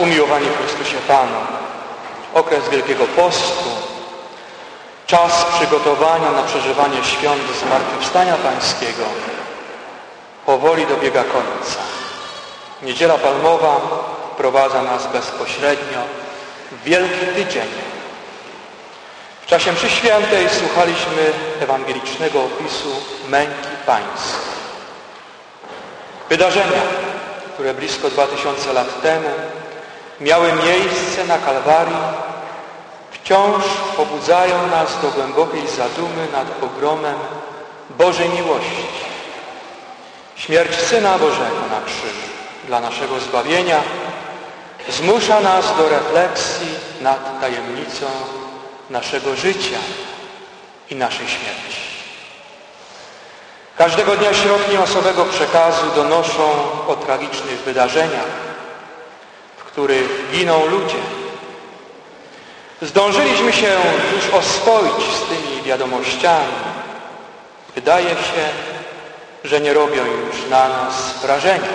Umiłowani w Chrystusie Panu, okres Wielkiego Postu, czas przygotowania na przeżywanie świąt Zmartwychwstania Pańskiego powoli dobiega końca. Niedziela Palmowa wprowadza nas bezpośrednio w Wielki Tydzień. W czasie mszy świętej słuchaliśmy ewangelicznego opisu męki Pańskiej. Wydarzenia, które blisko 2000 lat temu miały miejsce na Kalwarii, wciąż pobudzają nas do głębokiej zadumy nad ogromem Bożej miłości. Śmierć Syna Bożego na krzyżu dla naszego zbawienia zmusza nas do refleksji nad tajemnicą naszego życia i naszej śmierci. Każdego dnia środki masowego przekazu donoszą o tragicznych wydarzeniach, w których giną ludzie. Zdążyliśmy się już oswoić z tymi wiadomościami. Wydaje się, że nie robią już na nas wrażenia.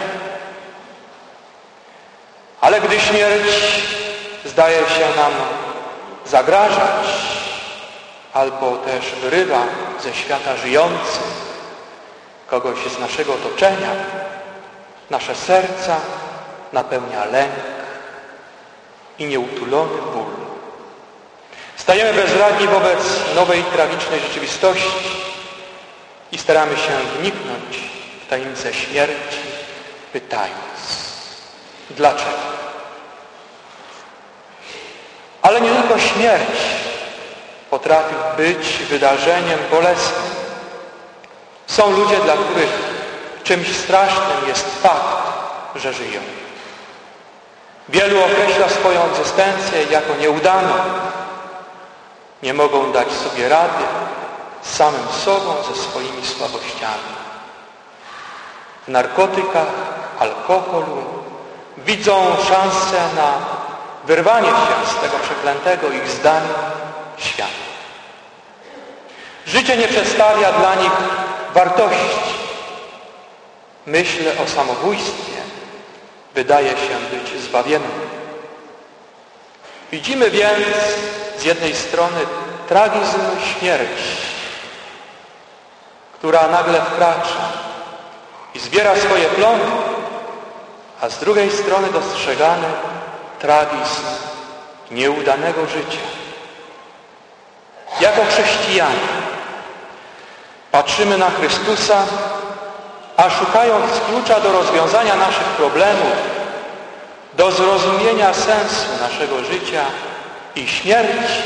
Ale gdy śmierć zdaje się nam zagrażać albo też wyrywa ze świata żyjących kogoś z naszego otoczenia, nasze serca napełnia lęk i nieutulony ból. Stajemy bezradni wobec nowej, tragicznej rzeczywistości i staramy się wniknąć w tajemnicę śmierci, pytając, dlaczego? Ale nie tylko śmierć potrafi być wydarzeniem bolesnym. Są ludzie, dla których czymś strasznym jest fakt, że żyją. Wielu określa swoją egzystencję jako nieudaną. Nie mogą dać sobie rady z samym sobą, ze swoimi słabościami. W narkotykach, alkoholu widzą szansę na wyrwanie się z tego przeklętego ich zdaniem świata. Życie nie przedstawia dla nich wartości. Myśl o samobójstwie wydaje się być zbawiennym. Widzimy więc z jednej strony tragizm śmierci, która nagle wkracza i zbiera swoje plony, a z drugiej strony dostrzegany tragizm nieudanego życia. Jako chrześcijanie patrzymy na Chrystusa, a szukając klucza do rozwiązania naszych problemów, do zrozumienia sensu naszego życia i śmierci,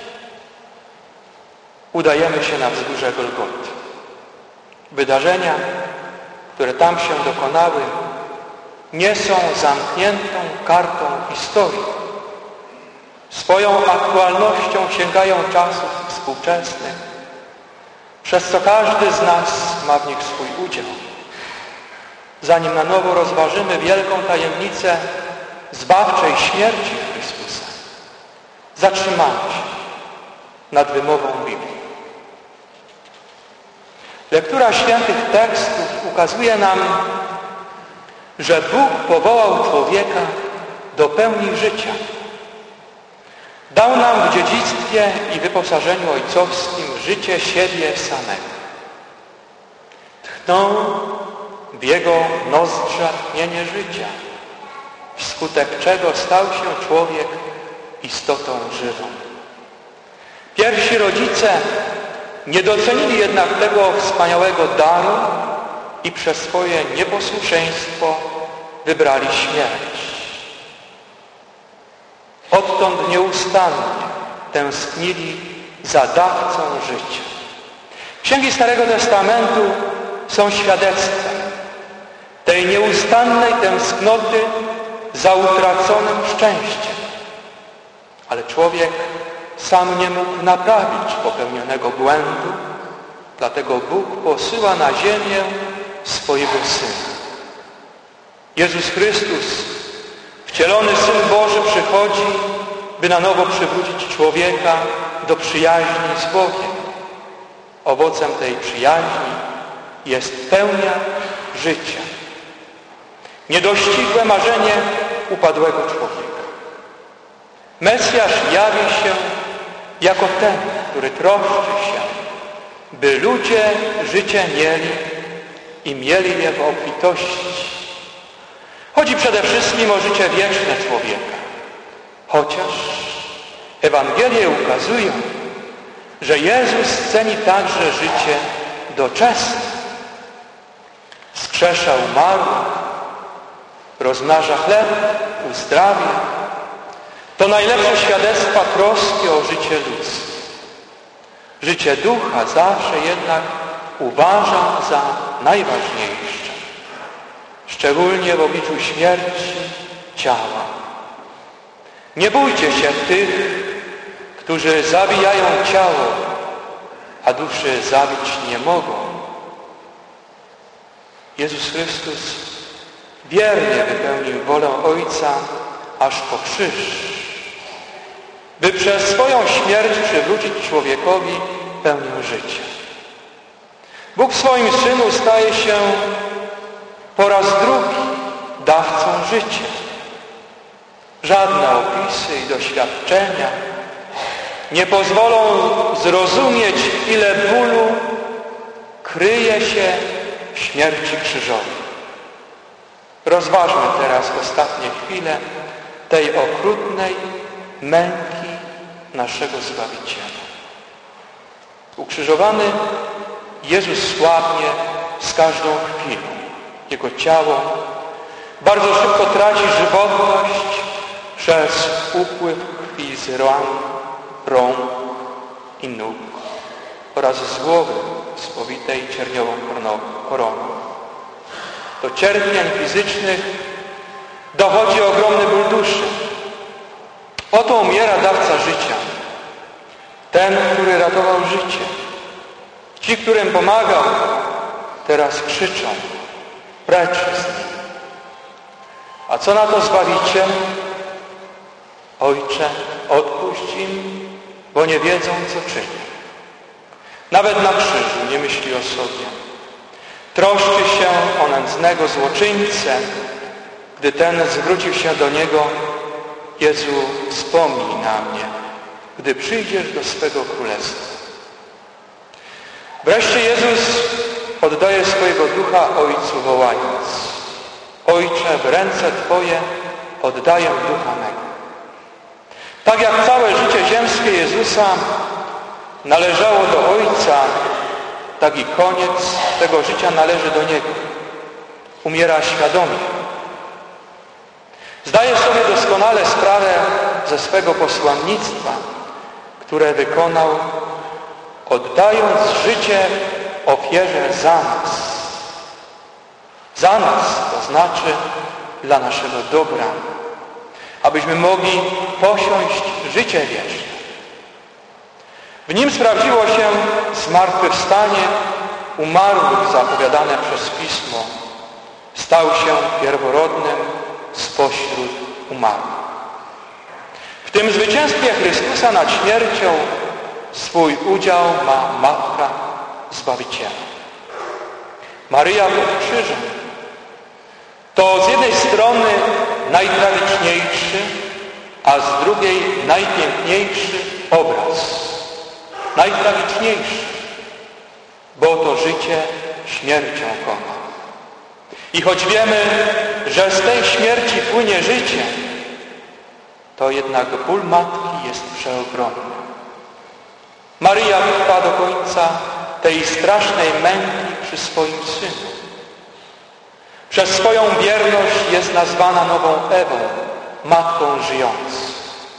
udajemy się na wzgórze Golgoty. Wydarzenia, które tam się dokonały, nie są zamkniętą kartą historii. Swoją aktualnością sięgają czasów współczesnych, przez co każdy z nas ma w nich swój udział. Zanim na nowo rozważymy wielką tajemnicę zbawczej śmierci Chrystusa, zatrzymamy się nad wymową Biblii. Lektura świętych tekstów ukazuje nam, że Bóg powołał człowieka do pełni życia. Dał nam w dziedzictwie i wyposażeniu ojcowskim życie siebie samego. Tchnął w jego nozdrza tchnienie życia, wskutek czego stał się człowiek istotą żywą. Pierwsi rodzice nie docenili jednak tego wspaniałego daru i przez swoje nieposłuszeństwo wybrali śmierć. Odtąd nieustannie tęsknili za dawcą życia. Księgi Starego Testamentu są świadectwem tej nieustannej tęsknoty za utraconym szczęściem. Ale człowiek sam nie mógł naprawić popełnionego błędu, dlatego Bóg posyła na ziemię swojego Syna. Jezus Chrystus, wcielony Syn Boży, przychodzi, by na nowo przywrócić człowieka do przyjaźni z Bogiem. Owocem tej przyjaźni jest pełnia życia. Niedościgłe marzenie upadłego człowieka. Mesjasz jawi się jako ten, który troszczy się, by ludzie życie mieli i mieli je w obfitości. Chodzi przede wszystkim o życie wieczne człowieka. Chociaż Ewangelie ukazują, że Jezus ceni także życie doczesne. Wskrzesza umarłych, rozmnaża chleb, uzdrawia. To najlepsze świadectwa troski o życie ludzkie. Życie ducha zawsze jednak uważam za najważniejsze, szczególnie w obliczu śmierci ciała. Nie bójcie się tych, którzy zabijają ciało, a duszy zabić nie mogą. Jezus Chrystus wiernie wypełnił wolę Ojca aż po krzyż, by przez swoją śmierć przywrócić człowiekowi pełnię życia. Bóg w swoim Synu staje się po raz drugi dawcą życia. Żadne opisy i doświadczenia nie pozwolą zrozumieć, ile bólu kryje się w śmierci krzyżowej. Rozważmy teraz ostatnie chwile tej okrutnej męki naszego Zbawiciela. Ukrzyżowany Jezus słabnie z każdą chwilą. Jego ciało bardzo szybko traci żywotność przez upływ krwi z rąk i nóg oraz z głowy spowitej czerniową koroną. Do cierpień fizycznych dochodzi ogromny ból duszy. Oto umiera dawca życia, ten, który ratował życie. Ci, którym pomagał, teraz krzyczą: precz z nim. A co na to Zbawiciel? Ojcze, odpuść im, bo nie wiedzą, co czynią. Nawet na krzyżu nie myśli o sobie. Troszczy się o nędznego złoczyńcę. Gdy ten zwrócił się do Niego: Jezu, wspomnij na mnie, gdy przyjdziesz do swego królestwa. Wreszcie Jezus oddaje swojego ducha Ojcu, wołając: Ojcze, w ręce Twoje oddaję ducha mego. Tak jak całe życie ziemskie Jezusa należało do Ojca, tak i koniec tego życia należy do Niego. Umiera świadomie. Zdaje sobie doskonale sprawę ze swego posłannictwa, które wykonał, oddając życie ofierze za nas. Za nas, to znaczy dla naszego dobra, abyśmy mogli posiąść życie wieczne. W nim sprawdziło się zmartwychwstanie umarłych zapowiadane przez Pismo. Stał się pierworodnym spośród umarłych. W tym zwycięstwie Chrystusa nad śmiercią swój udział ma Matka Zbawiciela. Maryja pod krzyżem to z jednej strony najtragiczniejszy, a z drugiej najpiękniejszy obraz. Najtragiczniejszy, bo to życie śmiercią kona. I choć wiemy, że z tej śmierci płynie życie, to jednak ból matki jest przeogromny. Maryja trwa do końca tej strasznej męki przy swoim Synu. Przez swoją wierność jest nazwana nową Ewą, matką żyjącą.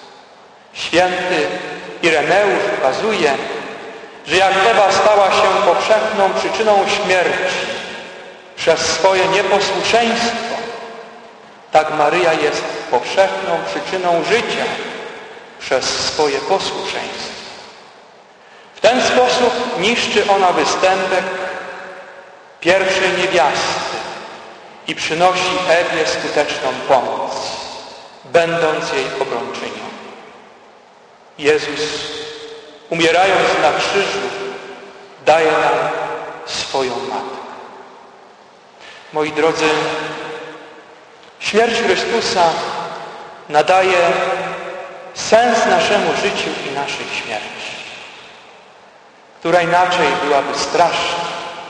Święty Ireneusz ukazuje, że jak Ewa stała się powszechną przyczyną śmierci przez swoje nieposłuszeństwo, tak Maryja jest powszechną przyczyną życia przez swoje posłuszeństwo. W ten sposób niszczy ona występek pierwszej niewiasty i przynosi Ewie skuteczną pomoc, będąc jej obrończynią. Jezus, umierając na krzyżu, daje nam swoją matkę. Moi drodzy, śmierć Chrystusa nadaje sens naszemu życiu i naszej śmierci, która inaczej byłaby straszna.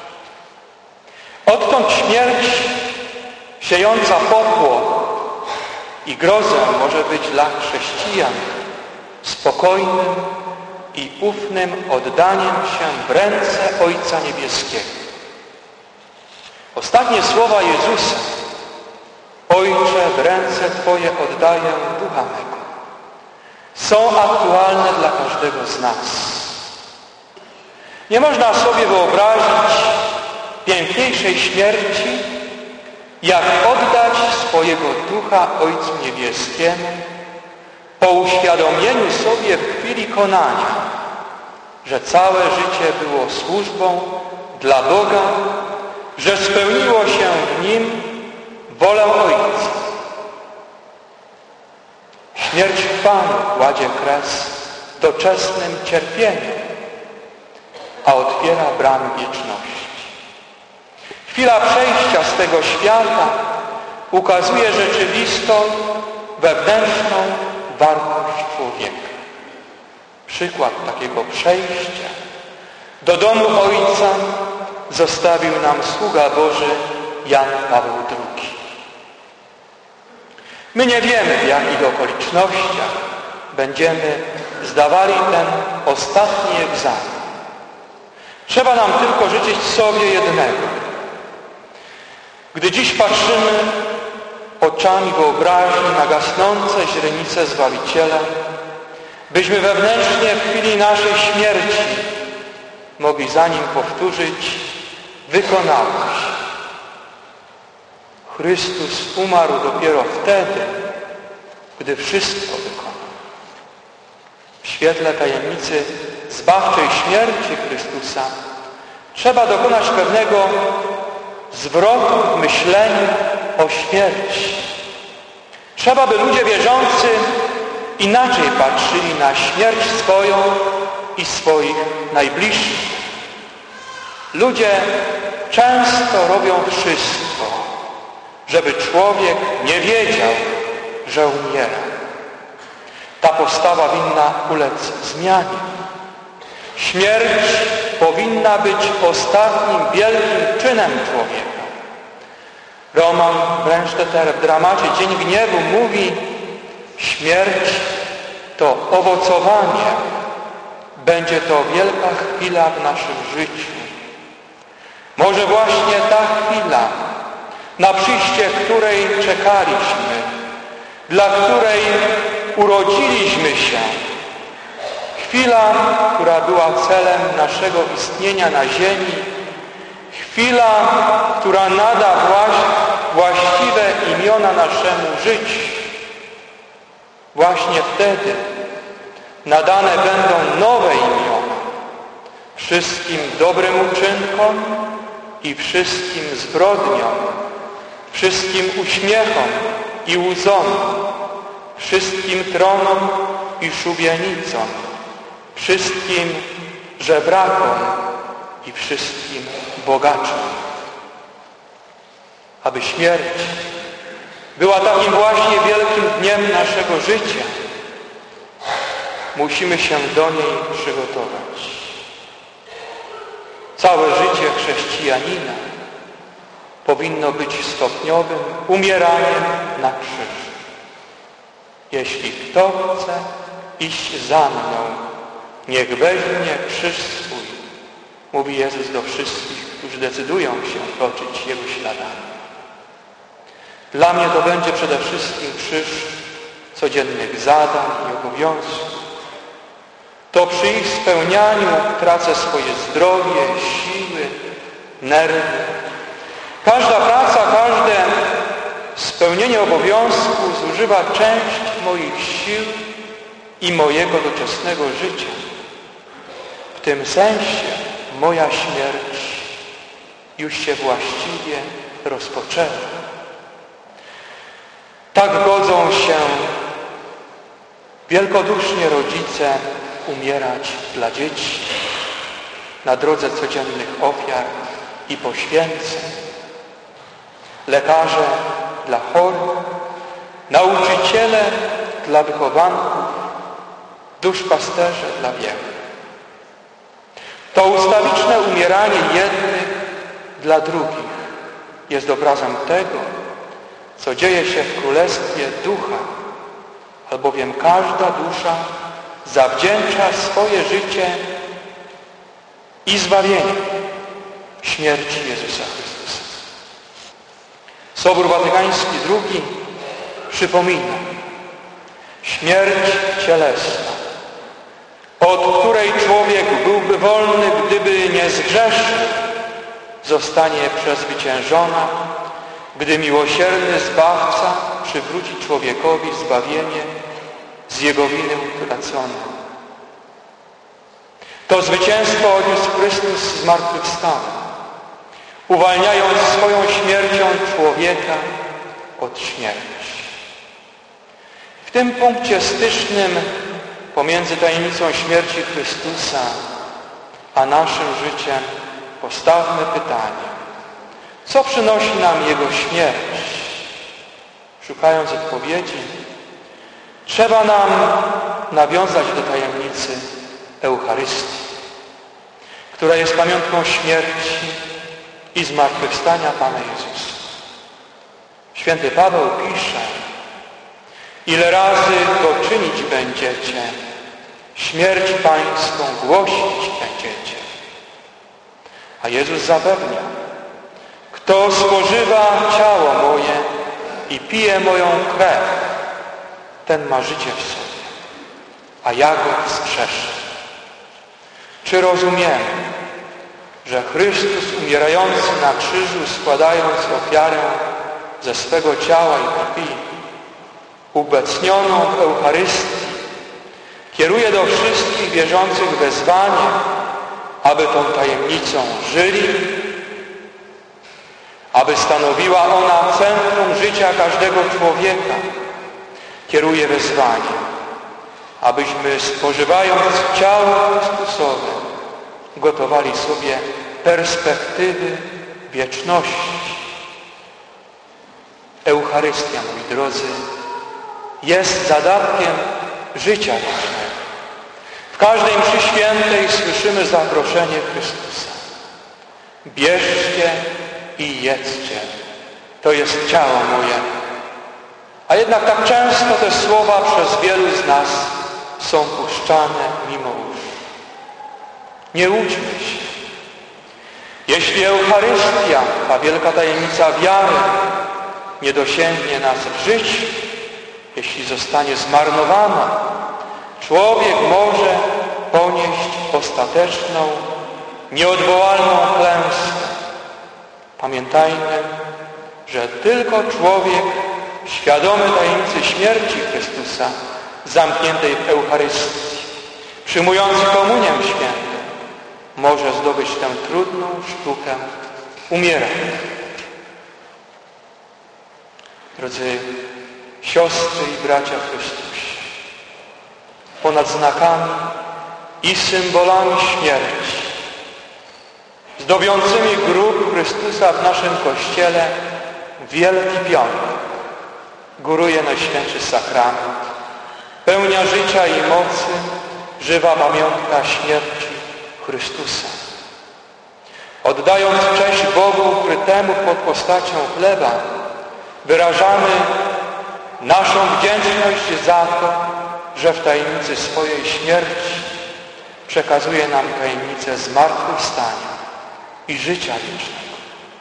Odtąd śmierć siejąca popłoch i grozę może być dla chrześcijan spokojnym i ufnym oddaniem się w ręce Ojca Niebieskiego. Ostatnie słowa Jezusa: Ojcze, w ręce Twoje oddaję ducha mego, są aktualne dla każdego z nas. Nie można sobie wyobrazić piękniejszej śmierci, jak oddać swojego ducha Ojcu Niebieskiemu po uświadomieniu sobie w chwili konania, że całe życie było służbą dla Boga, że spełniło się w nim wolę Ojca. Śmierć w Panu kładzie kres doczesnym cierpieniom, a otwiera bramy wieczności. Chwila przejścia z tego świata ukazuje rzeczywistą, wewnętrzną wartość człowieka. Przykład takiego przejścia do domu Ojca zostawił nam sługa Boży Jan Paweł II. My nie wiemy, w jakich okolicznościach będziemy zdawali ten ostatni egzamin. Trzeba nam tylko życzyć sobie jednego. Gdy dziś patrzymy oczami wyobraźni na gasnące źrenice Zbawiciela, byśmy wewnętrznie w chwili naszej śmierci mogli za Nim powtórzyć: wykonało się. Chrystus umarł dopiero wtedy, gdy wszystko wykonał. W świetle tajemnicy zbawczej śmierci Chrystusa trzeba dokonać pewnego zwrotu w myśleniu o śmierci. Trzeba, by ludzie wierzący inaczej patrzyli na śmierć swoją i swoich najbliższych. Ludzie często robią wszystko, żeby człowiek nie wiedział, że umiera. Ta postawa winna ulec zmianie. Śmierć powinna być ostatnim wielkim czynem człowieka. Roman Brandstätter w dramacie Dzień Gniewu mówi: śmierć to owocowanie. Będzie to wielka chwila w naszym życiu. Może właśnie ta chwila, na przyjście której czekaliśmy, dla której urodziliśmy się. Chwila, która była celem naszego istnienia na ziemi. Chwila, która nada właściwe imiona naszemu życiu. Właśnie wtedy nadane będą nowe imiona wszystkim dobrym uczynkom i wszystkim zbrodniom, wszystkim uśmiechom i łzom, wszystkim tronom i szubienicom, wszystkim żebrakom i wszystkim bogaczom. Aby śmierć była takim właśnie wielkim dniem naszego życia, musimy się do niej przygotować. Całe życie chrześcijanina powinno być stopniowym umieraniem na krzyżu. Jeśli kto chce iść za mną, niech weźmie krzyż swój, mówi Jezus do wszystkich, którzy decydują się kroczyć Jego śladami. Dla mnie to będzie przede wszystkim krzyż codziennych zadań i obowiązków. To przy ich spełnianiu tracę swoje zdrowie, siły, nerwy. Każda praca, każde spełnienie obowiązku zużywa część moich sił i mojego doczesnego życia. W tym sensie moja śmierć już się właściwie rozpoczęła. Tak godzą się wielkodusznie rodzice umierać dla dzieci na drodze codziennych ofiar i poświęceń. Lekarze dla chorych, nauczyciele dla wychowanków, duszpasterze dla wiernych. To ustawiczne umieranie jednych dla drugich jest obrazem tego, co dzieje się w Królestwie Ducha, albowiem każda dusza zawdzięcza swoje życie i zbawienie śmierci Jezusa Chrystusa. Sobór Watykański II przypomina: śmierć cielesna, od której człowiek byłby wolny, gdyby nie zgrzeszył, zostanie przezwyciężona, gdy miłosierny Zbawca przywróci człowiekowi zbawienie z jego winy utraconej. To zwycięstwo odniósł Chrystus zmartwychwstały, uwalniając swoją śmiercią człowieka od śmierci. W tym punkcie stycznym pomiędzy tajemnicą śmierci Chrystusa a naszym życiem postawmy pytanie: co przynosi nam Jego śmierć? Szukając odpowiedzi, trzeba nam nawiązać do tajemnicy Eucharystii, która jest pamiątką śmierci i zmartwychwstania Pana Jezusa. Święty Paweł pisze: ile razy to czynić będziecie, śmierć Pańską głosić będziecie. A Jezus zapewnia: kto spożywa ciało moje i pije moją krew, ten ma życie w sobie, a ja go wskrzeszę. Czy rozumiemy, że Chrystus umierający na krzyżu, składając ofiarę ze swego ciała i krwi, ubecnioną w Eucharystii, kieruje do wszystkich wierzących wezwanie, aby tą tajemnicą żyli, aby stanowiła ona centrum życia każdego człowieka. Kieruje wezwanie, abyśmy, spożywając ciało Chrystusowe, gotowali sobie perspektywy wieczności. Eucharystia, moi drodzy, jest zadatkiem życia wiecznego. W każdej mszy świętej słyszymy zaproszenie Chrystusa: bierzcie i jedzcie, to jest ciało moje. A jednak tak często te słowa przez wielu z nas są puszczane mimo uszu. Nie łudźmy się. Jeśli Eucharystia, ta wielka tajemnica wiary, nie dosięgnie nas w życiu, jeśli zostanie zmarnowana, człowiek może ponieść ostateczną, nieodwołalną klęskę. Pamiętajmy, że tylko człowiek świadomy tajemnicy śmierci Chrystusa, zamkniętej w Eucharystii, przyjmujący komunię świętą, może zdobyć tę trudną sztukę umierania. Drodzy siostry i bracia w Chrystusie, ponad znakami i symbolami śmierci, zdobiącymi grób Chrystusa w naszym Kościele, Wielki Piątek góruje Najświętszy Sakrament, pełnia życia i mocy, żywa pamiątka śmierci Chrystusa. Oddając cześć Bogu ukrytemu pod postacią chleba, wyrażamy naszą wdzięczność za to, że w tajemnicy swojej śmierci przekazuje nam tajemnicę zmartwychwstania i życia wiecznego.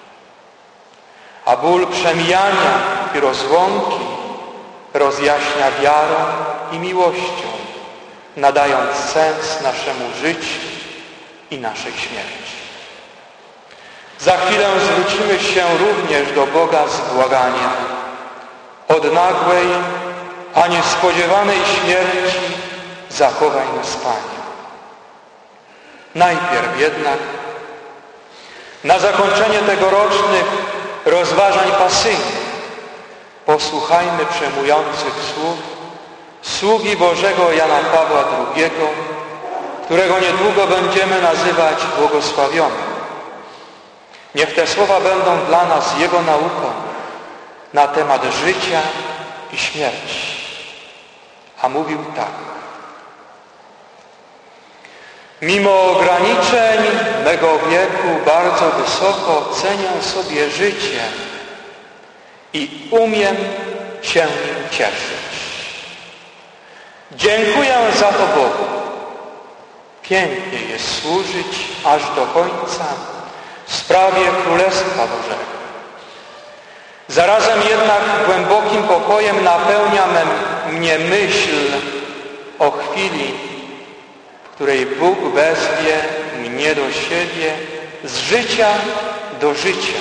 A ból przemijania i rozłąki rozjaśnia wiarą i miłością, nadając sens naszemu życiu i naszej śmierci. Za chwilę zwrócimy się również do Boga z błaganiem: od nagłej, a niespodziewanej śmierci zachowaj nas, Panie. Najpierw jednak, na zakończenie tegorocznych rozważań pasyjnych, posłuchajmy przejmujących słów sługi Bożego Jana Pawła II, którego niedługo będziemy nazywać błogosławionym. Niech te słowa będą dla nas Jego nauką na temat życia i śmierci. A mówił tak: mimo ograniczeń mego wieku bardzo wysoko cenię sobie życie i umiem się nim cieszyć. Dziękuję za to Bogu. Pięknie jest służyć aż do końca w sprawie Królestwa Bożego. Zarazem jednak głębokim pokojem napełnia mnie myśl o chwili, w której Bóg wezwie mnie do siebie z życia do życia.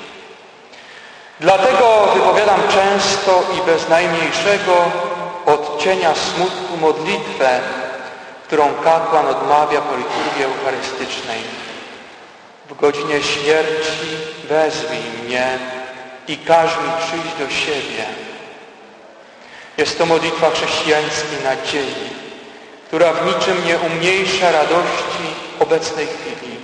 Dlatego wypowiadam często i bez najmniejszego odcienia smutku modlitwę, którą kapłan odmawia po liturgii eucharystycznej. W godzinie śmierci wezwij mnie i każ mi przyjść do siebie. Jest to modlitwa chrześcijańskiej nadziei, która w niczym nie umniejsza radości obecnej chwili,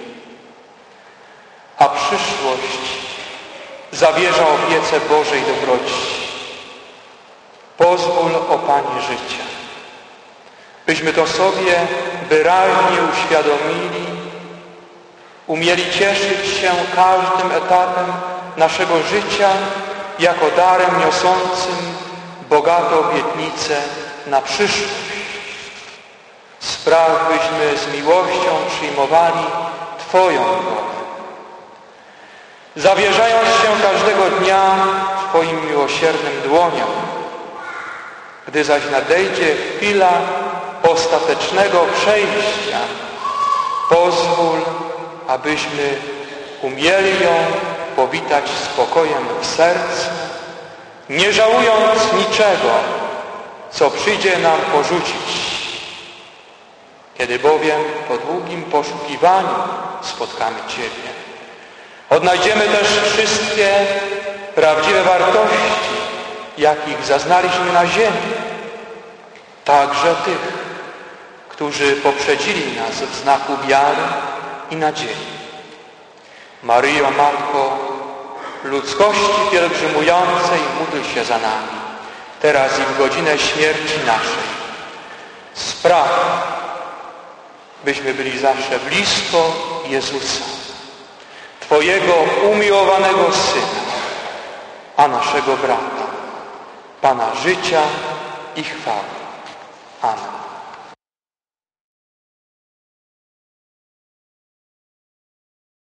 a przyszłość zawierza obietnicę Bożej dobroci. Pozwól, o Panie, życia, byśmy to sobie wyraźnie uświadomili, umieli cieszyć się każdym etapem naszego życia jako darem niosącym bogate obietnice na przyszłość. Spraw, byśmy z miłością przyjmowali Twoją wolę, zawierzając się każdego dnia Twoim miłosiernym dłoniom. Gdy zaś nadejdzie chwila ostatecznego przejścia, pozwól, abyśmy umieli ją powitać spokojem w sercu, nie żałując niczego, co przyjdzie nam porzucić. Kiedy bowiem po długim poszukiwaniu spotkamy Ciebie, odnajdziemy też wszystkie prawdziwe wartości, jakich zaznaliśmy na ziemi, także tych, którzy poprzedzili nas w znaku wiary i nadziei. Maryjo, Matko ludzkości pielgrzymującej, módl się za nami, teraz i w godzinę śmierci naszej. Spraw, byśmy byli zawsze blisko Jezusa, Twojego umiłowanego Syna, a naszego brata, Pana życia i chwały. Amen.